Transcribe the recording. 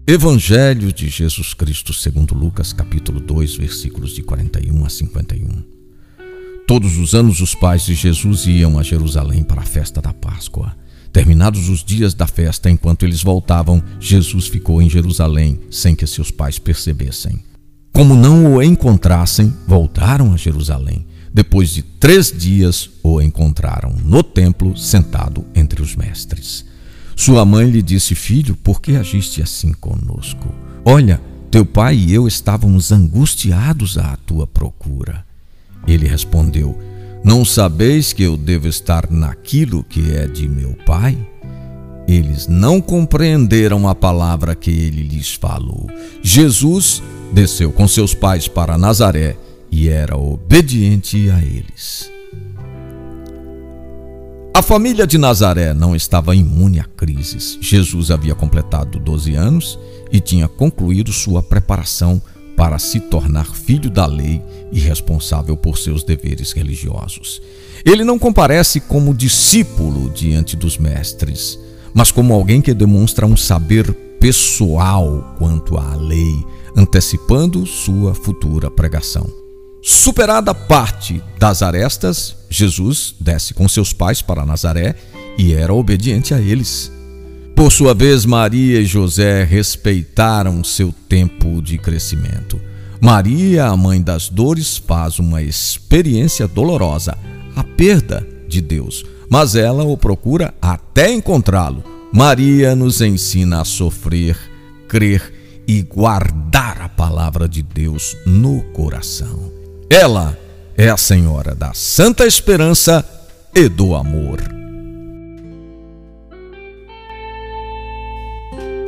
Evangelho de Jesus Cristo segundo Lucas, capítulo 2, versículos de 41 a 51. Todos os anos os pais de Jesus iam a Jerusalém para a festa da Páscoa. Terminados os dias da festa, enquanto eles voltavam, Jesus ficou em Jerusalém sem que seus pais percebessem. Como não o encontrassem, voltaram a Jerusalém. Depois de 3 dias, o encontraram no templo, sentado entre os mestres. Sua mãe lhe disse: filho, por que agiste assim conosco? Olha, teu pai e eu estávamos angustiados à tua procura. Ele respondeu: não sabeis que eu devo estar naquilo que é de meu pai? Eles não compreenderam a palavra que ele lhes falou. Jesus desceu com seus pais para Nazaré e era obediente a eles. A família de Nazaré não estava imune a crises. Jesus havia completado 12 anos e tinha concluído sua preparação para se tornar filho da lei e responsável por seus deveres religiosos. Ele não comparece como discípulo diante dos mestres, mas como alguém que demonstra um saber pessoal quanto à lei, antecipando sua futura pregação. Superada parte das arestas, Jesus desce com seus pais para Nazaré e era obediente a eles. Por sua vez, Maria e José respeitaram seu tempo de crescimento. Maria, a mãe das dores, faz uma experiência dolorosa, a perda de Deus, mas ela o procura até encontrá-lo. Maria nos ensina a sofrer, crer e guardar a palavra de Deus no coração. Ela é a Senhora da Santa Esperança e do Amor.